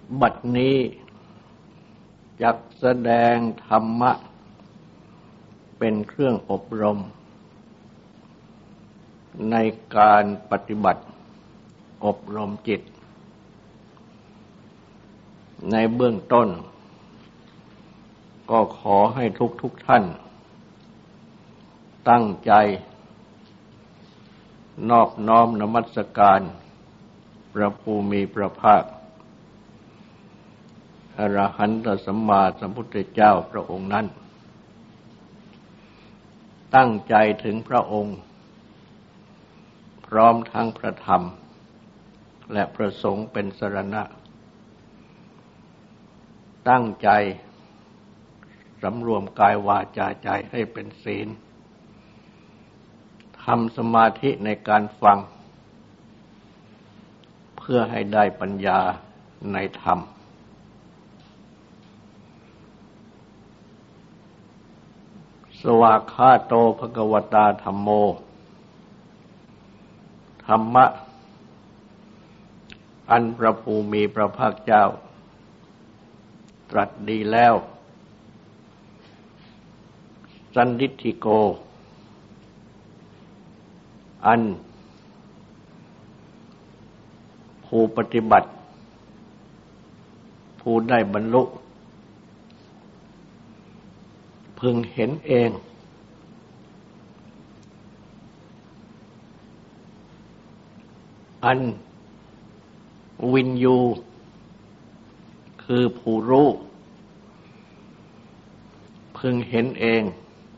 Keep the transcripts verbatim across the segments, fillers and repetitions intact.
บัดนี้จักแสดงธรรมะเป็นเครื่องอบรมในการปฏิบัติอบรมจิตในเบื้องต้นก็ขอให้ทุกทุกท่านตั้งใจนอบน้อมนมัสการพระผู้มีพระภาคอรหันตสัมมาสัมพุทธเจ้าพระองค์นั้นตั้งใจถึงพระองค์พร้อมทั้งพระธรรมและพระสงฆ์เป็นสรณะตั้งใจสำรวมกายวาจาใจให้เป็นศีลทำสมาธิในการฟังเพื่อให้ได้ปัญญาในธรรมสวากขาโตภควตาธัมโมธรรมะอันพระภูมิพระภาคเจ้าตรัสดีแล้วสันทิฏฐิโกอันผู้ปฏิบัติผู้ได้บรรลุพึงเห็นเองอันวินยูคือผู้รู้พึงเห็นเอง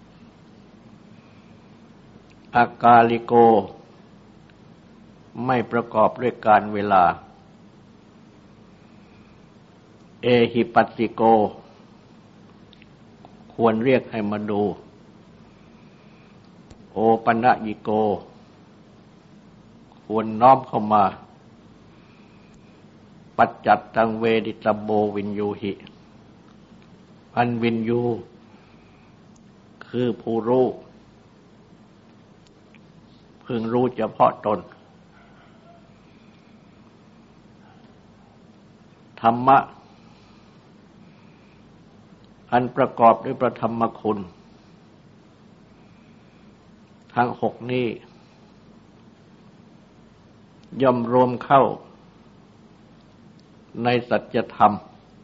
อากาลิโกไม่ประกอบด้วยการเวลาเอหิปัสสิโกควรเรียกให้มาดูโอปัญญิโกควรน้อมเข้ามาปัจจัตตังเวดิตโบวินยูหิอันวินยูคือผู้รู้พึงรู้เฉพาะตนธรรมะอันประกอบด้วยพระธรรมคุณทั้งหกนี้ย่อมรวมเข้าในสัจธรรม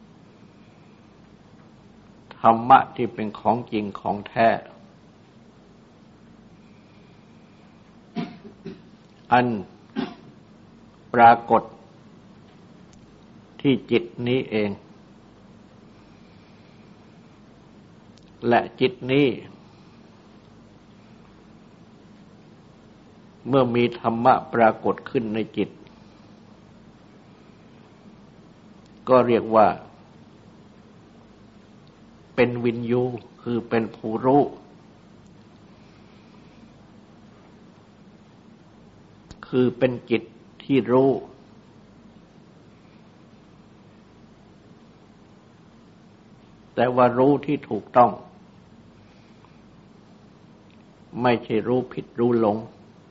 ธรรมะที่เป็นของจริงของแท้อันปรากฏที่จิตนี้เองและจิตนี้เมื่อมีธรรมะปรากฏขึ้นในจิตก็เรียกว่าเป็นวินยูคือเป็นผู้รู้คือเป็นจิตที่รู้แต่ว่ารู้ที่ถูกต้องไม่ใช่รู้ผิดรู้หลง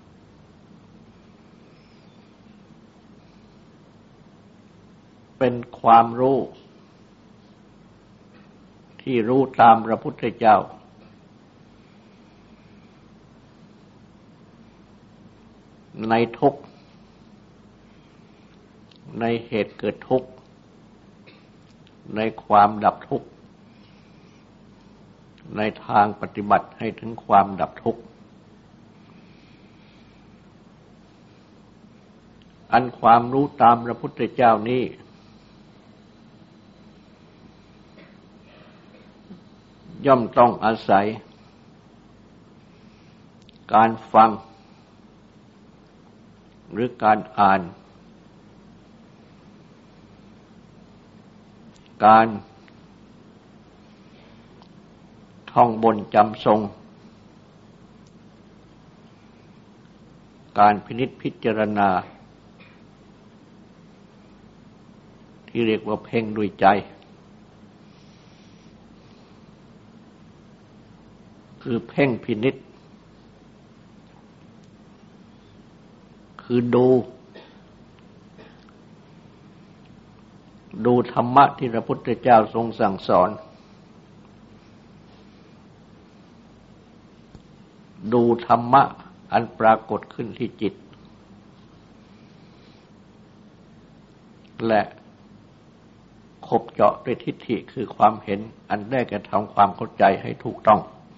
เป็นความรู้ที่รู้ตามพระพุทธเจ้าในทุกข์ในเหตุเกิดทุกข์ในความดับทุกข์ในทางปฏิบัติให้ถึงความดับทุกข์อันความรู้ตามพระพุทธเจ้านี้ย่อมต้องอาศัยการฟังหรือการอ่านการท่องบนจำทรงการพินิจพิจารณาที่เรียกว่าเพ่งด้วยใจคือเพ่งพินิจคือดูดูธรรมะที่พระพุทธเจ้าทรงสั่งสอนดูธรรมะอันปรากฏขึ้นที่จิตและขบเจาะด้วยทิฏฐิคือความเห็นอันได้กระทำความเข้าใจให้ถูกต้อง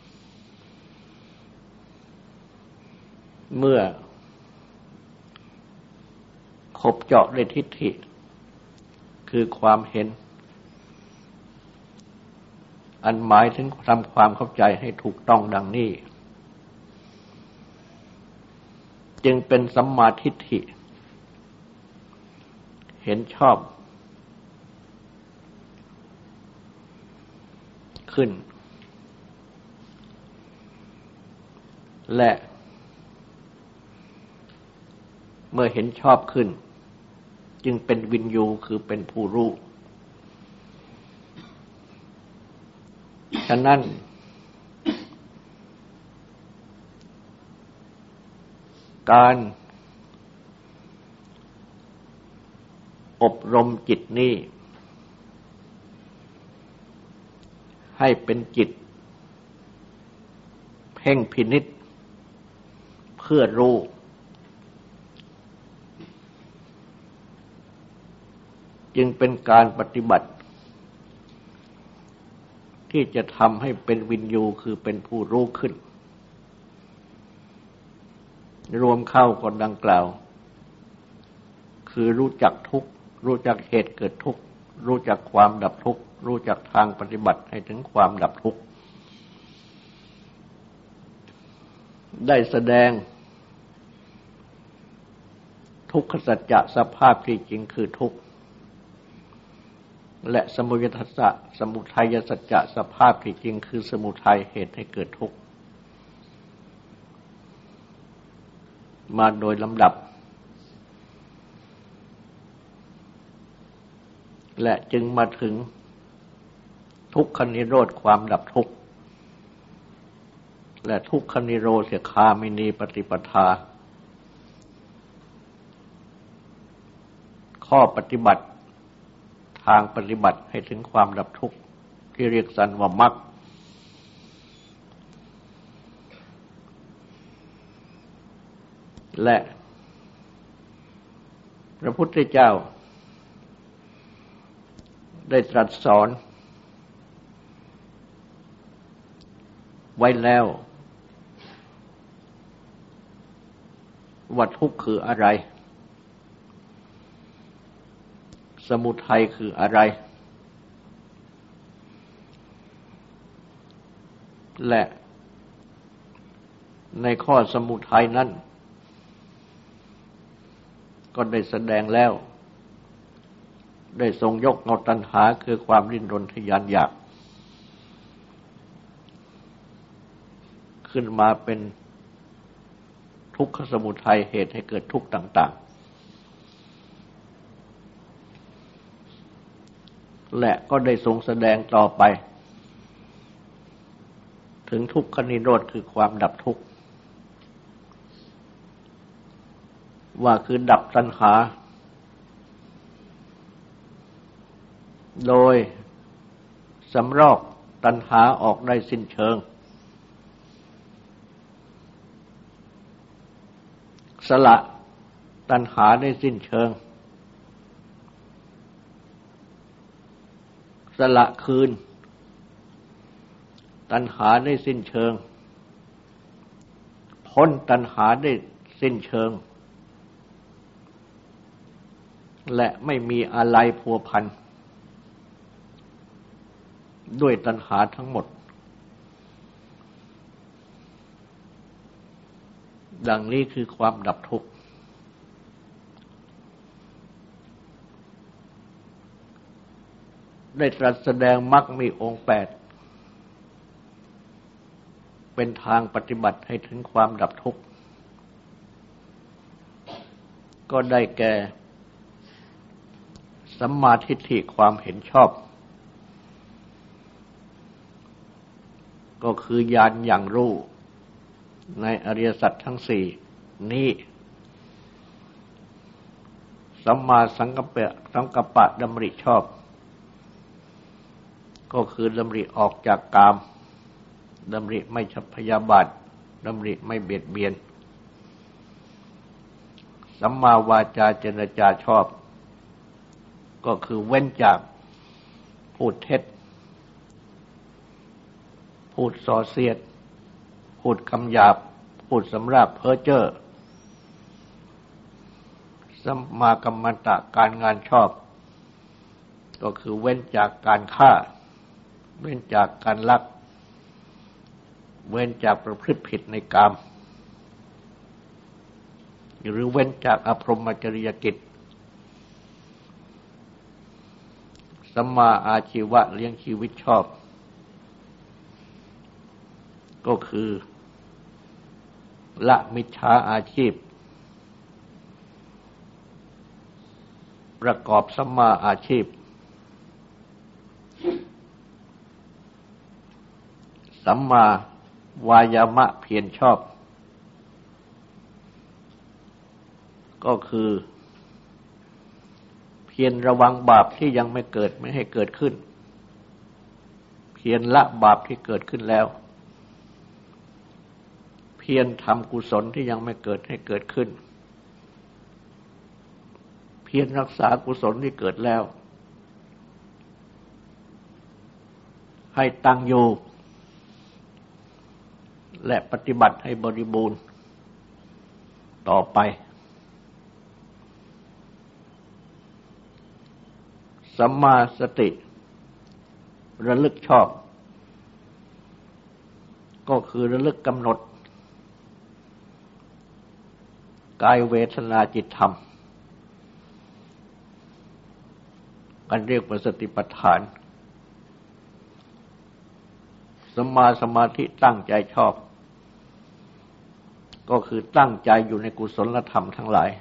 เมื่อขบเจาะด้วยทิฏฐิคือความเห็นอันหมายถึงทำความเข้าใจให้ถูกต้องดังนี้จึงเป็นสัมมาทิฏฐิเห็นชอบขึ้นและเมื่อเห็นชอบขึ้นจึงเป็นวินยูคือเป็นผู้รู้ฉะนั้นการอบรมจิตนี้ให้เป็นจิตเพ่งพินิจเพื่อรู้จึงเป็นการปฏิบัติที่จะทำให้เป็นวินยูคือเป็นผู้รู้ขึ้นรวมเข้ากันดังกล่าวคือรู้จักทุกข์รู้จักเหตุเกิดทุกข์รู้จักความดับทุกข์รู้จักทางปฏิบัติให้ถึงความดับทุกข์ได้แสดงทุกขสัจจะสภาพที่จริงคือทุกข์และสมุทัยสัจจะสมุทัยสัจจะสภาพที่จริงคือสมุทัยเหตุให้เกิดทุกข์มาโดยลำดับและจึงมาถึงทุกขนิโรธความดับทุกข์และทุกขนิโรธคามินีปฏิปทาข้อปฏิบัติทางปฏิบัติให้ถึงความดับทุกข์ที่เรียกสั้นว่ามรรคและพระพุทธเจ้าได้ตรัสสอนไว้แล้วว่าทุกข์คืออะไรสมุทัยคืออะไรและในข้อสมุทัยนั้นก็ได้แสดงแล้วได้ทรงยกเอาตัณหาคือความดิ้นรนทยานอยากขึ้นมาเป็นทุกขสมุทัยเหตุให้เกิดทุกข์ต่างๆและก็ได้ทรงแสดงต่อไปถึงทุกขนิโรธคือความดับทุกข์ว่าคือดับตัณหาโดยสำรอกตัณหาออกได้สิ้นเชิงสละตัณหาได้สิ้นเชิงสละคืนตัณหาได้สิ้นเชิงพ้นตัณหาได้สิ้นเชิงและไม่มีอะไรพัวพันด้วยตัณหาทั้งหมดดังนี้คือความดับทุกข์ได้ตรัสแสดงมรรคมีองค์แปดเป็นทางปฏิบัติให้ถึงความดับทุกข์ก็ได้แก่สัมมาทิฏฐิความเห็นชอบก็คือญาณอย่างรู้ในอริยสัจทั้งสี่นี้สัมมาสังกัปปะสังกัปปะดำริชอบก็คือดำริออกจากกามดำริไม่พยาบาทดำริไม่เบียดเบียนสัมมาวาจาเจรจาชอบก็คือเว้นจากพูดเท็จพูดส่อเสียดพูดคำหยาบพูดสำราบเพ้อเจ้อสัมมากัมมันตะการงานชอบก็คือเว้นจากการฆ่าเว้นจากการลักเว้นจากประพฤติผิดในกามหรือเว้นจากอพรหมจริยกิจสัมมาอาชีวะเลี้ยงชีวิตชอบก็คือละมิจฉาอาชีพประกอบสัมมาอาชีพสัมมาวายามะเพียรชอบก็คือเพียรระวังบาปที่ยังไม่เกิดไม่ให้เกิดขึ้นเพียรละบาปที่เกิดขึ้นแล้วเพียรทำกุศลที่ยังไม่เกิดให้เกิดขึ้นเพียรรักษากุศลที่เกิดแล้วให้ตั้งอยู่และปฏิบัติให้บริบูรณ์ต่อไปสัมมาสติระลึกชอบก็คือระลึกกำหนดกายเวทนาจิตธรรมกันเรียกว่าสติปัฏฐานสัมมาสมาธิตั้งใจชอบก็คือตั้งใจอยู่ในกุศลธรรมทั้งหลาย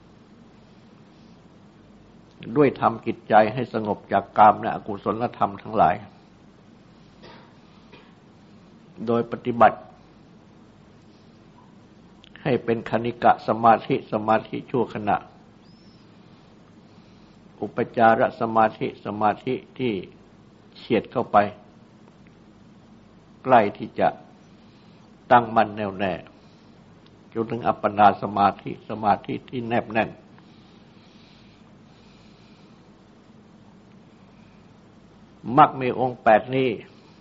ด้วยทำจิตใจให้สงบจากกามและอกุศลธรรมทั้งหลายโดยปฏิบัติให้เป็นคณิกะสมาธิสมาธิชั่วขณะอุปจารสมาธิสมาธิที่เฉียดเข้าไปใกล้ที่จะตั้งมั่นแน่วแน่จนถึงอัปปนาสมาธิสมาธิที่แนบแน่นมรรคมีองค์แปดนี้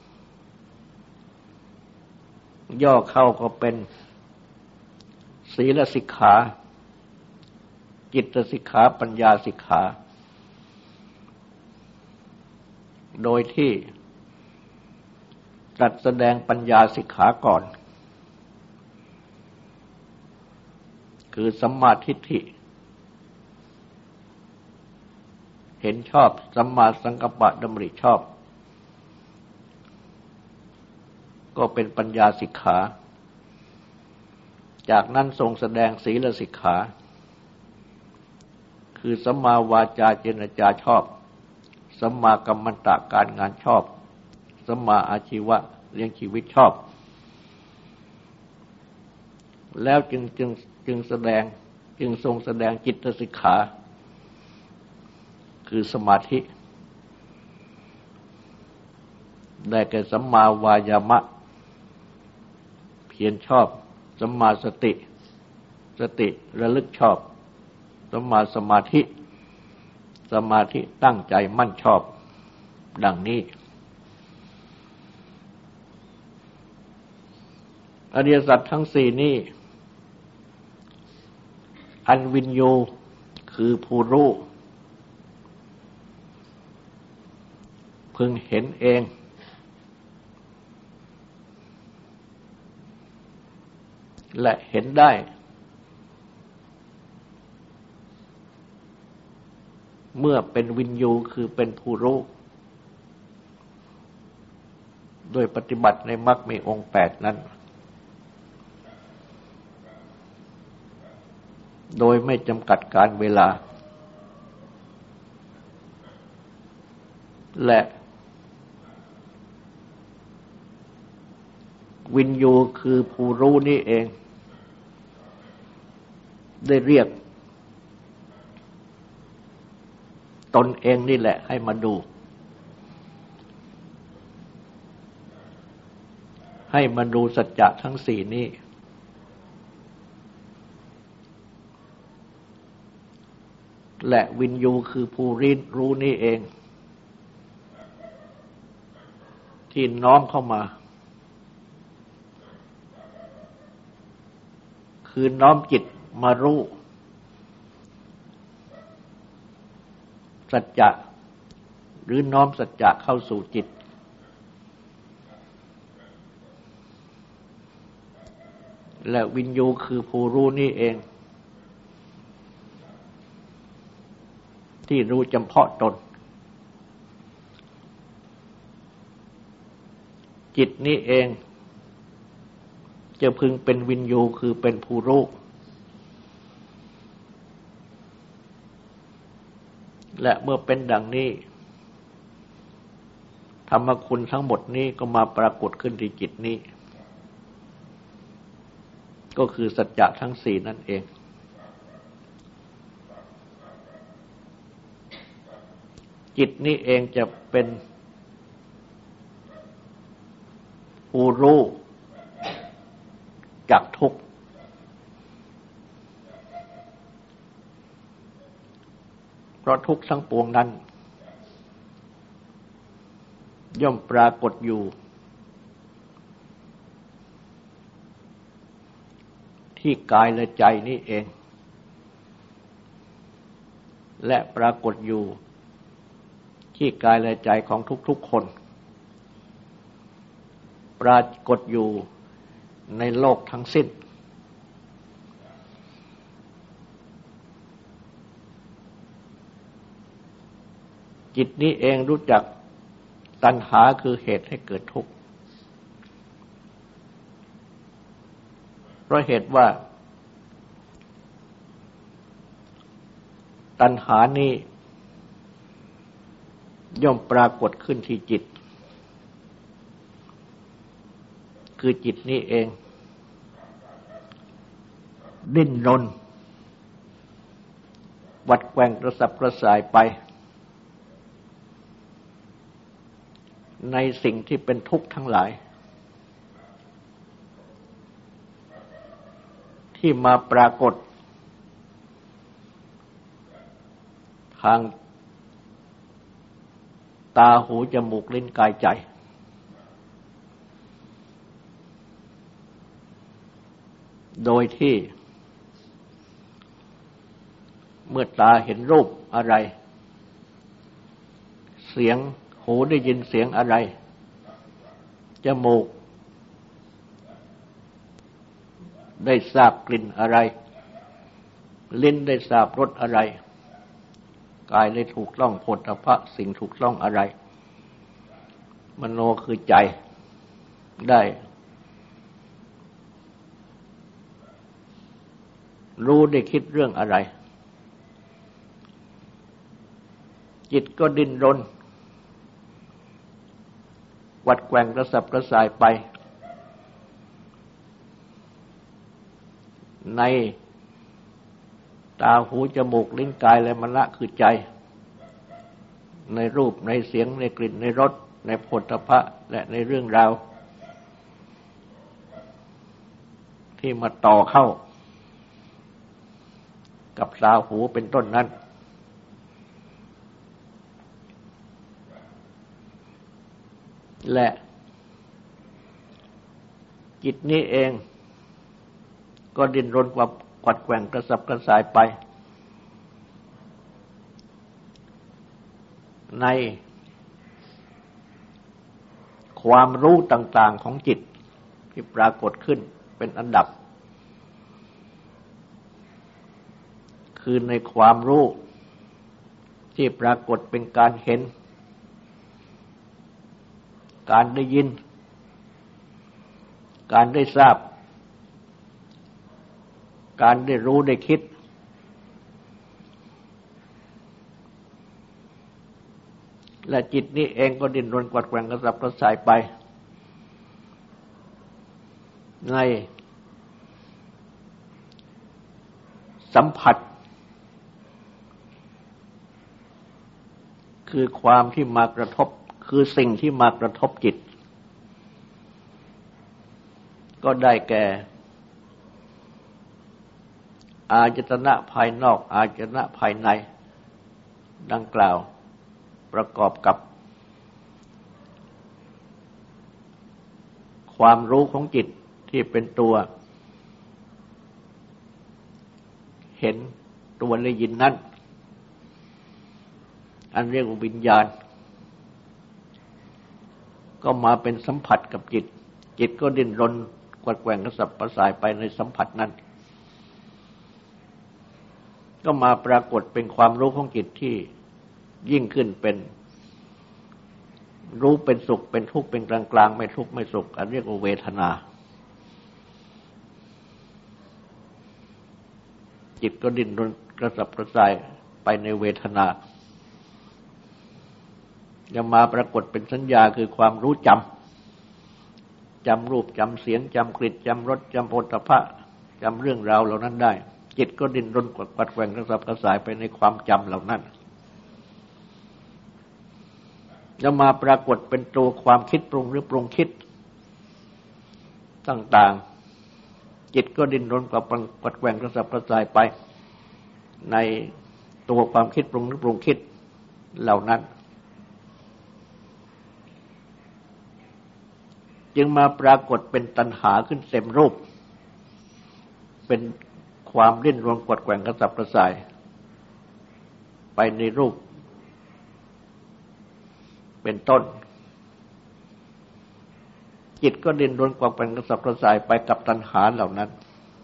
ย่อเข้าก็เป็นศีลสิกขาจิตสิกขาปัญญาสิกขาโดยที่ตรัสแสดงปัญญาสิกขาก่อนคือสัมมาทิฏฐิเห็นชอบสัมมาสังกัปปะดำริชอบก็เป็นปัญญาสิกขาจากนั้นทรงแสดงศีลสิกขาคือสัมมาวาจาเจรจาชอบสัมมากัมมันตะการงานชอบสัมมาอาชีวะเลี้ยงชีวิตชอบแล้วจึงจึงจึงแสดงจึงทรงแสดงจิตสิกขาคือสมาธิได้แก่สัมมาวายามะเพียรชอบสัมมาสติสติระลึกชอบสัมมาสมาธิสมาธิตั้งใจมั่นชอบดังนี้อริยสัจทั้งสี่นี้อันวินยูคือผู้รู้พึงเห็นเองและเห็นได้เมื่อเป็นวินยูคือเป็นผู้รู้โดยปฏิบัติในมรรคมีองค์แปดนั้นโดยไม่จำกัดการเวลาและวินยูคือผู้รู้นี่เองได้เรียกตนเองนี่แหละให้มาดูให้มาดูสัจจะทั้งสี่นี้และวินยูคือผู้รินรู้นี่เองที่น้อมเข้ามาคือน้อมจิตมารู้สัจจะหรือน้อมสัจจะเข้าสู่จิตและวินยูคือผู้รู้นี่เองที่รู้เฉพาะตนจิตนี้เองจะพึงเป็นวินยูคือเป็นผู้รู้และเมื่อเป็นดังนี้ธรรมคุณทั้งหมดนี้ก็มาปรากฏขึ้นที่จิตนี้ก็คือสัจจะทั้งสี่นั่นเองจิตนี้เองจะเป็นผู้รู้จักทุกข์เพราะทุกข์ทั้งปวงนั้นย่อมปรากฏอยู่ที่กายและใจนี้เองและปรากฏอยู่ที่กายและใจของทุกๆคนปรากฏอยู่ในโลกทั้งสิ้นจิตนี้เองรู้จักตัณหาคือเหตุให้เกิดทุกข์เพราะเหตุว่าตัณหานี้ย่อมปรากฏขึ้นที่จิตคือจิตนี้เองดิ้นรนวัดแกว่งกระสับกระส่ายไปในสิ่งที่เป็นทุกข์ทั้งหลายที่มาปรากฏทางตาหูจมูกลิ้นกายใจโดยที่เมื่อตาเห็นรูปอะไรเสียงหูได้ยินเสียงอะไรจมูกได้ทราบกลิ่นอะไรลิ้นได้ทราบรสอะไรกายได้ถูกต้องโผฏฐัพพะสิ่งถูกต้องอะไรมโนคือใจได้รู้ได้คิดเรื่องอะไรจิตก็ดิ้นรนวัดแกว่งกระสับกระส่ายไปในตาหูจมูกลิ้นกายและมรรคคือใจในรูปในเสียงในกลิ่นในรสในโผฏฐัพพะและในเรื่องราวที่มาต่อเข้ากับตาหูเป็นต้นนั้นและจิตนี้เองก็ดิ้นรนกว่ากัดแกว่งกระสับกระส่ายไปในความรู้ต่างๆของจิตที่ปรากฏขึ้นเป็นอันดับคือในความรู้ที่ปรากฏเป็นการเห็นการได้ยินการได้ทราบการได้รู้ได้คิดและจิตนี้เองก็ดิ้นรนกวัดแกว่งกระสับกระส่ายไปในสัมผัสคือความที่มากระทบคือสิ่งที่มากระทบจิตก็ได้แก่อายตนะภายนอกอายตนะภายในดังกล่าวประกอบกับความรู้ของจิตที่เป็นตัวเห็นตัวได้ยินนั้นอันเรียกว่าวิญญาณก็มาเป็นสัมผัสกับจิตจิตก็ดิ้นรนกวัดแกว่งกระสับกระส่ายไปในสัมผัสนั้นก็มาปรากฏเป็นความรู้ของจิตที่ยิ่งขึ้นเป็นรู้เป็นสุขเป็นทุกข์เป็นกลางกลางไม่ทุกข์ไม่สุขอันเรียกว่าเวทนาจิตก็ดิ้นรนกระสับกระส่ายไปในเวทนาจะมาปรากฏเป็นสัญญาคือความรู้จำจำรูปจำเสียงจำกลิ่นจำรสจำโผฏฐัพพะจำเรื่องราวเหล่านั้นได้จิตก็ดิ้นรนกวัดแกว่งกระสับกระส่ายไปในความจำเหล่านั้นจะมาปรากฏเป็นตัวความคิดปรุงหรือปรุงคิดต่างๆจิตก็ดิ้นรนกวัดแกว่งกระสับกระส่ายไปในตัวความคิดปรุงหรือปรุงคิดเหล่านั้นจึงมาปรากฏเป็นตัณหาขึ้นเต็มรูปเป็นความดิ้นรนกวัดแกว่งกระสับกระส่ายไปในรูปเป็นต้นจิตก็ดิ้นรนกวัดแกว่งกระสับกระส่ายไปกับตัณหาเหล่านั้น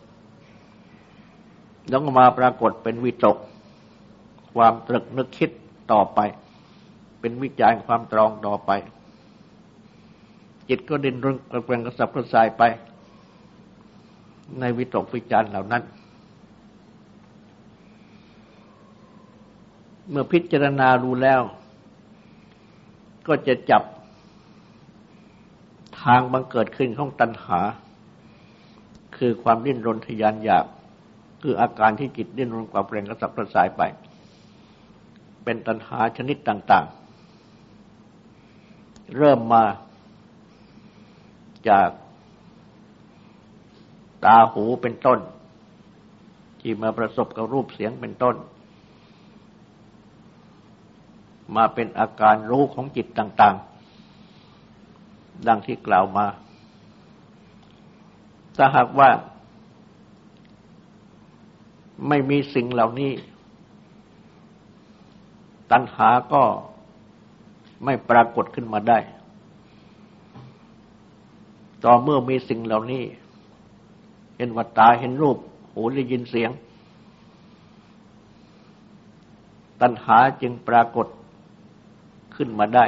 แล้วก็มาปรากฏเป็นวิตกความตรึกนึกคิดต่อไปเป็นวิจารณ์ความตรองต่อไปจิตก็ดิ้นรนกวัดแกว่งกระสับกระส่ายไปในวิตกวิจารณ์เหล่านั้นเมื่อพิจารณาดูแล้วก็จะจับทางบังเกิดขึ้นของตัณหาคือความดิ้นรนทะยานอยากคืออาการที่จิตดิ้นรนกวัดแกว่งกระสับกระส่ายไปเป็นตัณหาชนิดต่างๆเริ่มมาจากตาหูเป็นต้นที่มาประสบกับรูปเสียงเป็นต้นมาเป็นอาการรู้ของจิตต่างๆดังที่กล่าวมาถ้าหากว่าไม่มีสิ่งเหล่านี้ตัณหาก็ไม่ปรากฏขึ้นมาได้ต่อเมื่อมีสิ่งเหล่านี้เห็นว่าตาเห็นรูปหูได้ยินเสียงตัณหาจึงปรากฏขึ้นมาได้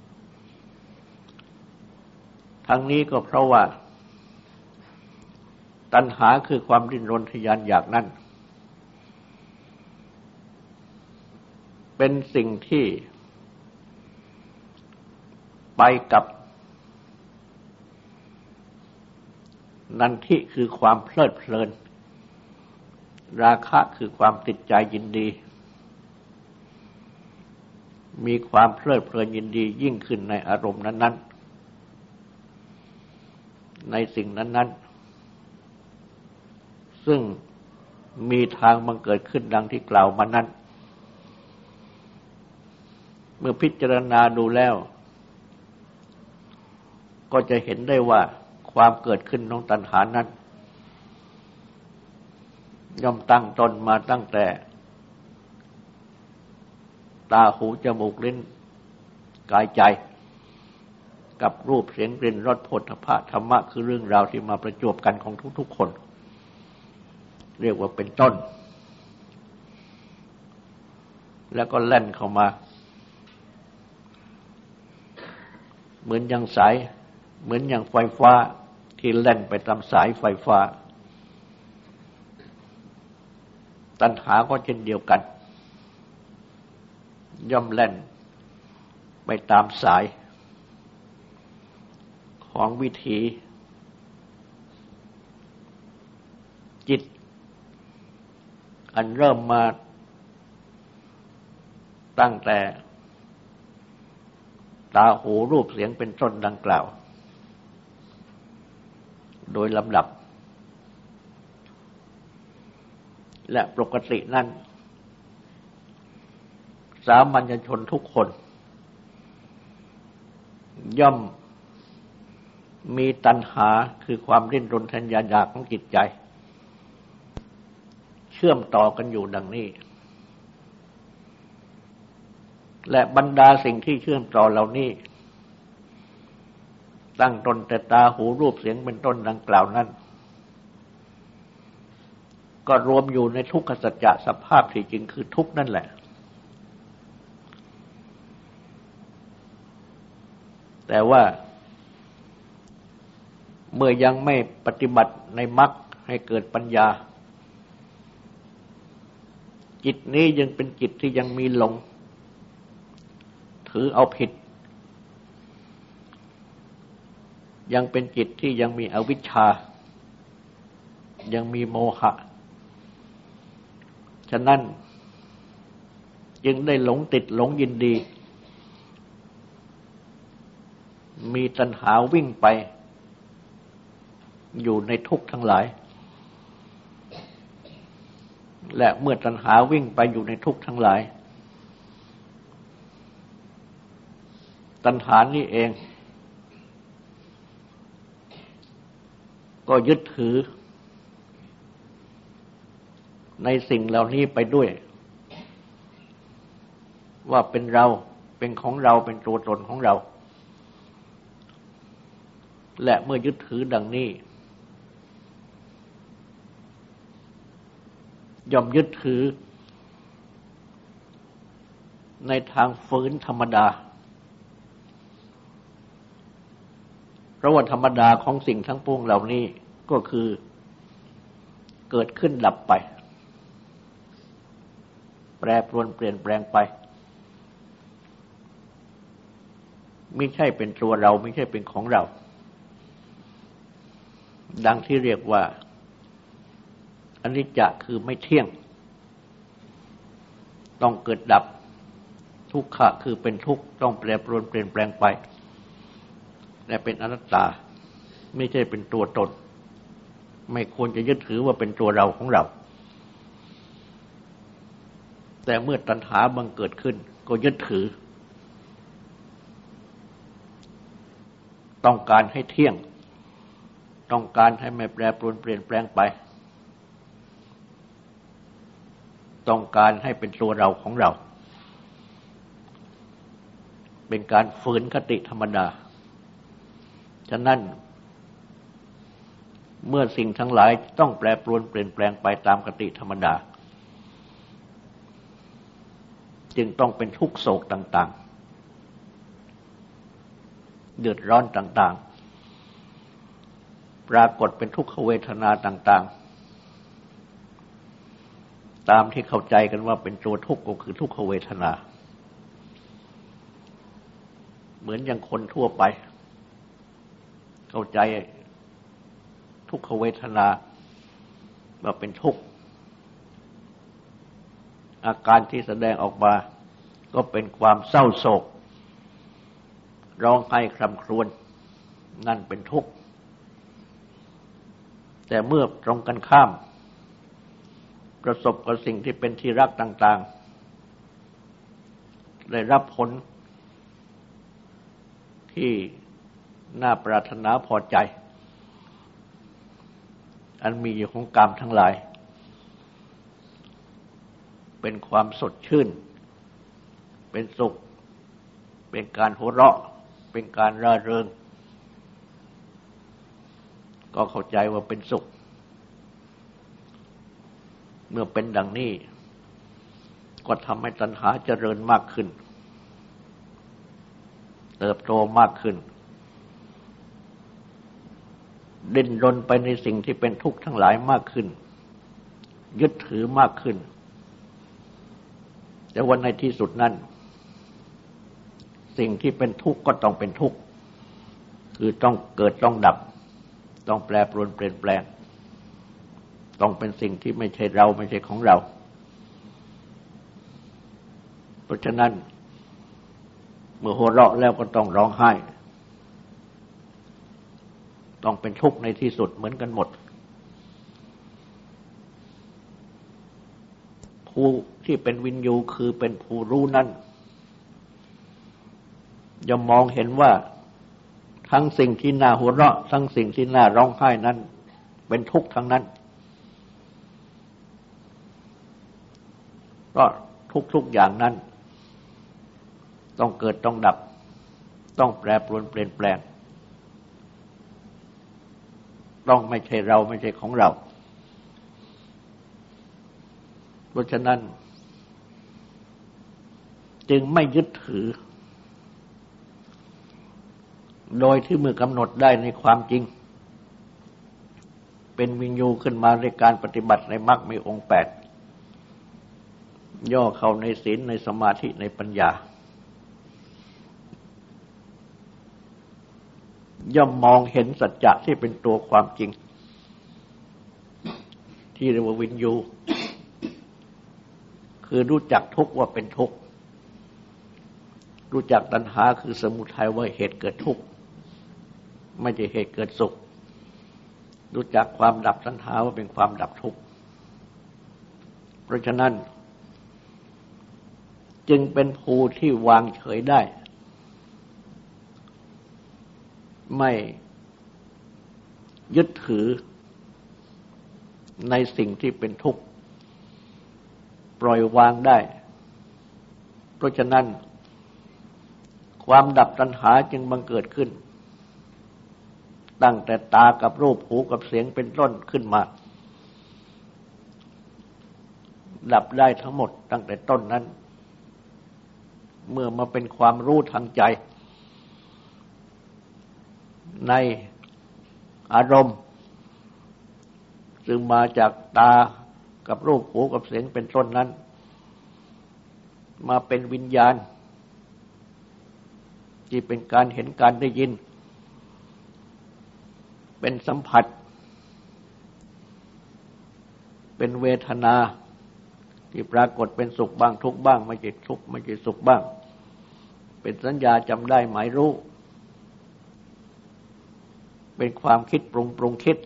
ทั้งนี้ก็เพราะว่าตัณหาคือความดิ้นรนทะยานอยากนั้นเป็นสิ่งที่ไปกับนันทิคือความเพลิดเพลินราคะคือความติดใจยินดีมีความเพลิดเพลินยินดียิ่งขึ้นในอารมณ์นั้นๆในสิ่งนั้นๆซึ่งมีทางบังเกิดขึ้นดังที่กล่าวมานั้นเมื่อพิจารณาดูแล้วก็จะเห็นได้ว่าความเกิดขึ้นของตัณหานั้นย่อมตั้งต้นมาตั้งแต่ตาหูจมูกลิ้นกายใจกับรูปเสียงกลิ่นรสโผฏฐัพพะธรรมะคือเรื่องราวที่มาประจวบกันของทุกๆคนเรียกว่าเป็นต้นแล้วก็แล่นเข้ามาเหมือนอย่างสายเหมือนอย่างไฟฟ้าที่แล่นไปตามสายไฟฟ้าตัณหาก็เช่นเดียวกันย่อมแล่นไปตามสายของวิถีจิตอันเริ่มมาตั้งแต่ตาหูรูปเสียงเป็นต้นดังกล่าวโดยลำดับและปกตินั้นสามัญชนทุกคนย่อมมีตัณหาคือความดิ้นรนทยานอยากของจิตใจเชื่อมต่อกันอยู่ดังนี้และบรรดาสิ่งที่เชื่อมต่อเหล่านี้ตั้งต้นแต่ตาหูรูปเสียงเป็นต้นดังกล่าวนั้นก็รวมอยู่ในทุกขสัจจะสภาพที่จริงคือทุกข์นั่นแหละแต่ว่าเมื่อยังไม่ปฏิบัติในมรรคให้เกิดปัญญาจิตนี้ยังเป็นจิตที่ยังมีหลงถือเอาผิดยังเป็นจิตที่ยังมีอวิชชายังมีโมหะฉะนั้นจึงได้หลงติดหลงยินดีมีตัณหาวิ่งไปอยู่ในทุกข์ทั้งหลายและเมื่อตัณหาวิ่งไปอยู่ในทุกข์ทั้งหลายตัณหานี่เองก็ยึดถือในสิ่งเหล่านี้ไปด้วยว่าเป็นเราเป็นของเราเป็นตัวตนของเราและเมื่อยึดถือดังนี้ย่อมยึดถือในทางฝืนธรรมดาเพราะว่าธรรมดาของสิ่งทั้งปวงเหล่านี้ก็คือเกิดขึ้นดับไปแปรปรวนเปลี่ยนแปลงไปไม่ใช่เป็นตัวเราไม่ใช่เป็นของเราดังที่เรียกว่าอนิจจ์คือไม่เที่ยงต้องเกิดดับทุกขะคือเป็นทุกข์ต้องแปรปรวนเปลี่ยนแปลงไปและเป็นอนัตตาไม่ใช่เป็นตัวตนไม่ควรจะยึดถือว่าเป็นตัวเราของเราแต่เมื่อตัณหาบังเกิดขึ้นก็ยึดถือต้องการให้เที่ยงต้องการให้ไม่แปรปรวนเปลี่ยนแปลงไปต้องการให้เป็นตัวเราของเราเป็นการฝืนคติธรรมดาฉะนั้นเมื่อสิ่งทั้งหลายต้องแปรปรวนเปลี่ยนแปลงไปตามคติธรรมดาจึงต้องเป็นทุกข์โศกต่างๆเดือดร้อนต่างๆปรากฏเป็นทุกขเวทนาต่างๆตามที่เข้าใจกันว่าเป็นตัวทุกข์ก็คือทุกขเวทนาเหมือนอย่างคนทั่วไปเข้าใจทุกขเวทนาว่าเป็นทุกข์อาการที่แสดงออกมาก็เป็นความเศร้าโศกร้องไห้คร่ำครวญนั่นเป็นทุกข์แต่เมื่อตรงกันข้ามประสบกับสิ่งที่เป็นที่รักต่างๆได้รับผลที่น่าปรารถนาพอใจอันมีอยู่ของกามทั้งหลายเป็นความสดชื่นเป็นสุขเป็นการหัวเราะเป็นการร่าเริงก็เข้าใจว่าเป็นสุขเมื่อเป็นดังนี้ก็ทำให้ตัณหาเจริญมากขึ้นเติบโตมากขึ้นดิ้นรนไปในสิ่งที่เป็นทุกข์ทั้งหลายมากขึ้นยึดถือมากขึ้นแต่วันในที่สุดนั้นสิ่งที่เป็นทุกข์ก็ต้องเป็นทุกข์คือต้องเกิดต้องดับต้องแปรปรวนเปลี่ยนแปลงต้องเป็นสิ่งที่ไม่ใช่เราไม่ใช่ของเราเพราะฉะนั้นเมื่อหัวเราะแล้วก็ต้องร้องไห้ต้องเป็นทุกข์ในที่สุดเหมือนกันหมดผู้ที่เป็นวินยูคือเป็นผู้รู้นั้นย่อมมองเห็นว่าทั้งสิ่งที่น่าหัวเราะทั้งสิ่งที่น่าร้องไห้นั้นเป็นทุกข์ทั้งนั้นเพราะทุกๆอย่างนั้นต้องเกิดต้องดับต้องแปรปรวนเปลี่ยนแปลงต้องไม่ใช่เราไม่ใช่ของเราเพราะฉะนั้นจึงไม่ยึดถือโดยที่เมื่อกำหนดได้ในความจริงเป็นวิญญูขึ้นมาในการปฏิบัติในมรรคมีองค์แปดย่อเข้าในศีลในสมาธิในปัญญาย่อมมองเห็นสัจจะที่เป็นตัวความจริงที่เรียกว่าวิญญูคือรู้จักทุกข์ว่าเป็นทุกข์รู้จักตัณหาคือสมุทัยว่าเหตุเกิดทุกข์ไม่ใช่เหตุเกิดสุขรู้จักความดับตัณหาว่าเป็นความดับทุกข์เพราะฉะนั้นจึงเป็นภูที่วางเฉยได้ไม่ยึดถือในสิ่งที่เป็นทุกข์ปล่อยวางได้เพราะฉะนั้นความดับตัณหาจึงบังเกิดขึ้นตั้งแต่ตากับรูปหูกับเสียงเป็นต้นขึ้นมาดับได้ทั้งหมดตั้งแต่ต้นนั้นเมื่อมาเป็นความรู้ทางใจในอารมณ์ซึ่งมาจากตากับรูปหูกับเสียงเป็นต้นนั้นมาเป็นวิญญาณที่เป็นการเห็นการได้ยินเป็นสัมผัสเป็นเวทนาที่ปรากฏเป็นสุขบ้างทุกข์บ้างไม่ใช่ทุกข์ไม่ใช่สุขบ้างเป็นสัญญาจำได้หมายรู้เป็นความคิดปรุงปรุงคิด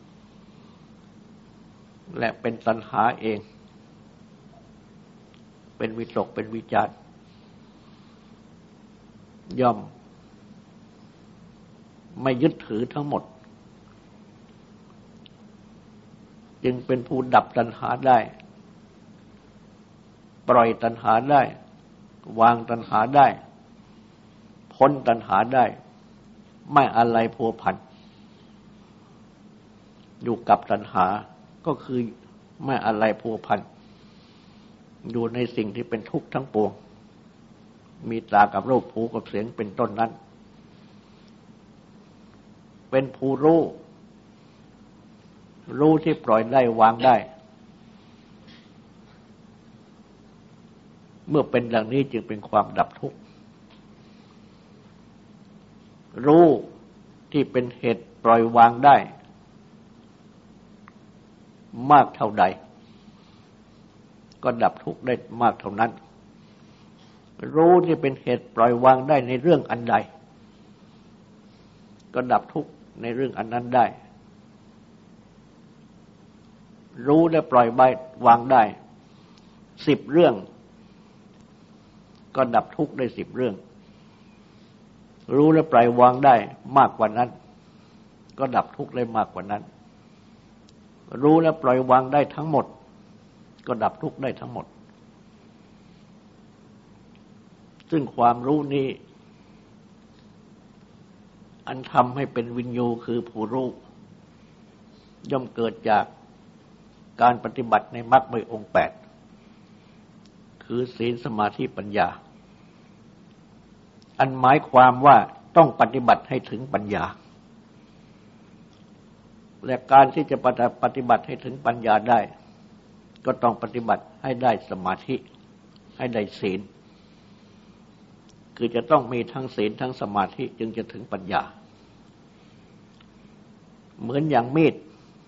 และเป็นตัณหาเองเป็นวิตกเป็นวิจารณ์ย่อมไม่ยึดถือทั้งหมดจึงเป็นผู้ดับตัณหาได้ปล่อยตัณหาได้วางตัณหาได้พ้นตัณหาได้ไม่อะไรพัวพันอยู่กับตัณหาก็คือไม่อะไรพัวพันอยู่ในสิ่งที่เป็นทุกข์ทั้งปวงมีตากับรูปหูกับเสียงเป็นต้นนั้นเป็นผู้รู้รู้ที่ปล่อยได้วางได้เมื่อเป็นดังนี้จึงเป็นความดับทุกข์รู้ที่เป็นเหตุปล่อยวางได้มากเท่าใดก็ดับทุกข์ได้มากเท่านั้นรู้ที่เป็นเหตุปล่อยวางได้ในเรื่องอันใดก็ดับทุกข์ในเรื่องอันนั้นได้รู้และปล่อยวางได้สิบเรื่องก็ดับทุกข์ได้สิบเรื่องรู้และปล่อยวางได้มากกว่านั้นก็ดับทุกข์ได้มากกว่านั้นรู้และปล่อยวางได้ทั้งหมดก็ดับทุกข์ได้ทั้งหมดซึ่งความรู้นี้อันทำให้เป็นวิญญูคือผู้รู้ย่อมเกิดจากการปฏิบัติในมรรคมีองค์แปดคือศีลสมาธิปัญญาอันหมายความว่าต้องปฏิบัติให้ถึงปัญญาและการที่จะปฏิบัติให้ถึงปัญญาได้ก็ต้องปฏิบัติให้ได้สมาธิให้ได้ศีลคือจะต้องมีทั้งศีลทั้งสมาธิจึงจะถึงปัญญาเหมือนอย่างมีด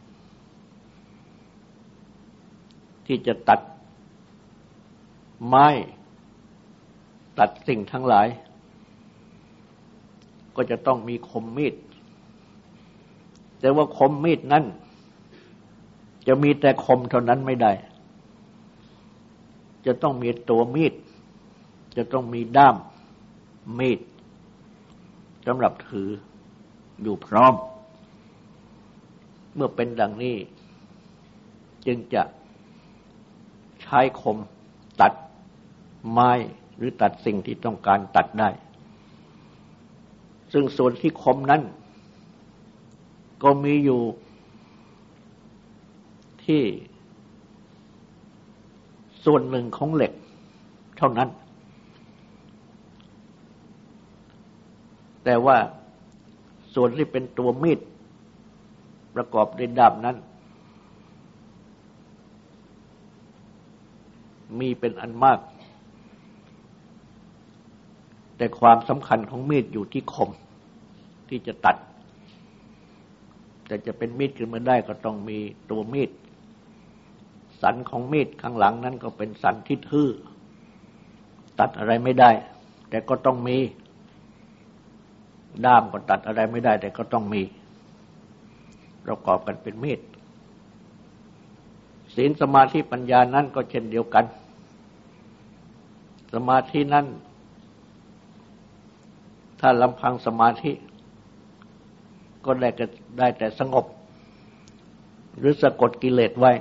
ที่จะตัดไม้ตัดสิ่งทั้งหลายก็จะต้องมีคมมีดแต่ว่าคมมีดนั้นจะมีแต่คมเท่านั้นไม่ได้จะต้องมีตัวมีดจะต้องมีด้ามมีดสำหรับถืออยู่พร้อมเมื่อเป็นดังนี้จึงจะใช้คมตัดไม้หรือตัดสิ่งที่ต้องการตัดได้ซึ่งส่วนที่คมนั้นก็มีอยู่ที่ส่วนหนึ่งของเหล็กเท่านั้นแต่ว่าส่วนที่เป็นตัวมีดประกอบด้วยด้ามนั้นมีเป็นอันมากแต่ความสำคัญของมีดอยู่ที่คมที่จะตัดแต่จะเป็นมีดขึ้นมาได้ก็ต้องมีตัวมีดสันของมีดข้างหลังนั้นก็เป็นสันที่ทื่อตัดอะไรไม่ได้แต่ก็ต้องมีด้ามก็ตัดอะไรไม่ได้แต่ก็ต้องมีประกอบกันเป็นมีดศีลสมาธิปัญญานั้นก็เช่นเดียวกันสมาธินั้นถ้าลำพังสมาธิก็ได้แต่ได้แต่สงบหรือสะกดกิเลสไว้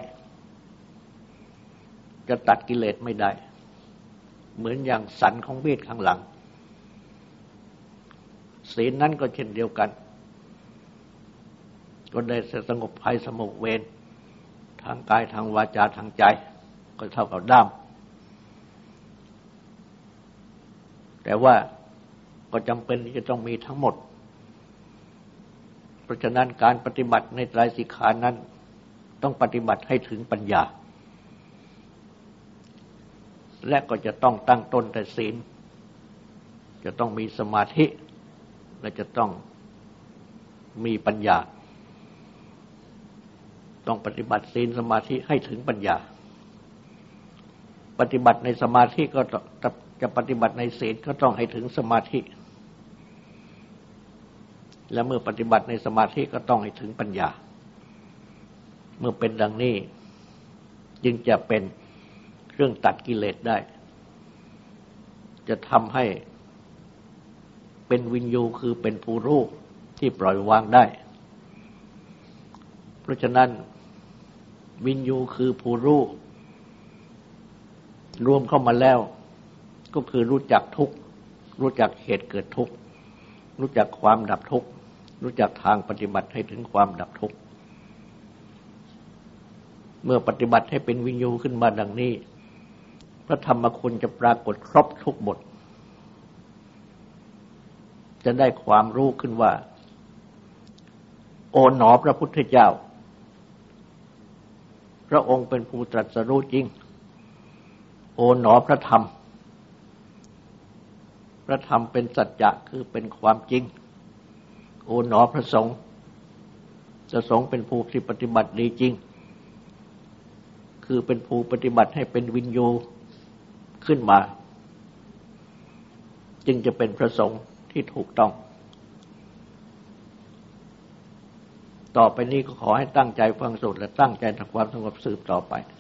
จะตัดกิเลสไม่ได้เหมือนอย่างสันของมีดข้างหลังศีลนั้นก็เช่นเดียวกันก็ได้สงบภัยสงบเวรทางกายทางวาจาทางใจก็เท่ากับด้ามแต่ว่าก็จำเป็นที่จะต้องมีทั้งหมดเพราะฉะนั้นการปฏิบัติในไตรสิกขานั้นต้องปฏิบัติให้ถึงปัญญาและก็จะต้องตั้งต้นแต่ศีลจะต้องมีสมาธิและจะต้องมีปัญญาต้องปฏิบัติศีลสมาธิให้ถึงปัญญาปฏิบัติในสมาธิก็จะปฏิบัติในศีลก็ต้องให้ถึงสมาธิและเมื่อปฏิบัติในสมาธิก็ต้องให้ถึงปัญญาเมื่อเป็นดังนี้จึงจะเป็นเครื่องตัดกิเลสได้จะทำให้เป็นวินยูคือเป็นผู้รู้ที่ปล่อยวางได้เพราะฉะนั้นวินยูคือผู้รู้รวมเข้ามาแล้วก็คือรู้จักทุกข์รู้จักเหตุเกิดทุกข์รู้จักความดับทุกข์รู้จักทางปฏิบัติให้ถึงความดับทุกข์เมื่อปฏิบัติให้เป็นวินยูขึ้นมาดังนี้พระธรรมคุณจะปรากฏครบทุกบทจะได้ความรู้ขึ้นว่าโอ๋หนอพระพุทธเจ้าพระองค์เป็นผู้ตรัสรู้จริงโอ๋หนอพระธรรมพระธรรมเป็นสัจจะคือเป็นความจริงโอ๋หนอพระสงฆ์พระสงฆ์เป็นผู้ที่ปฏิบัติดีจริงคือเป็นผู้ปฏิบัติให้เป็นวินยูขึ้นมาจึงจะเป็นพระสงฆ์ที่ถูกต้องต่อไปนี้ก็ขอให้ตั้งใจฟังสวดและตั้งใจทำความสงบสืบต่อไป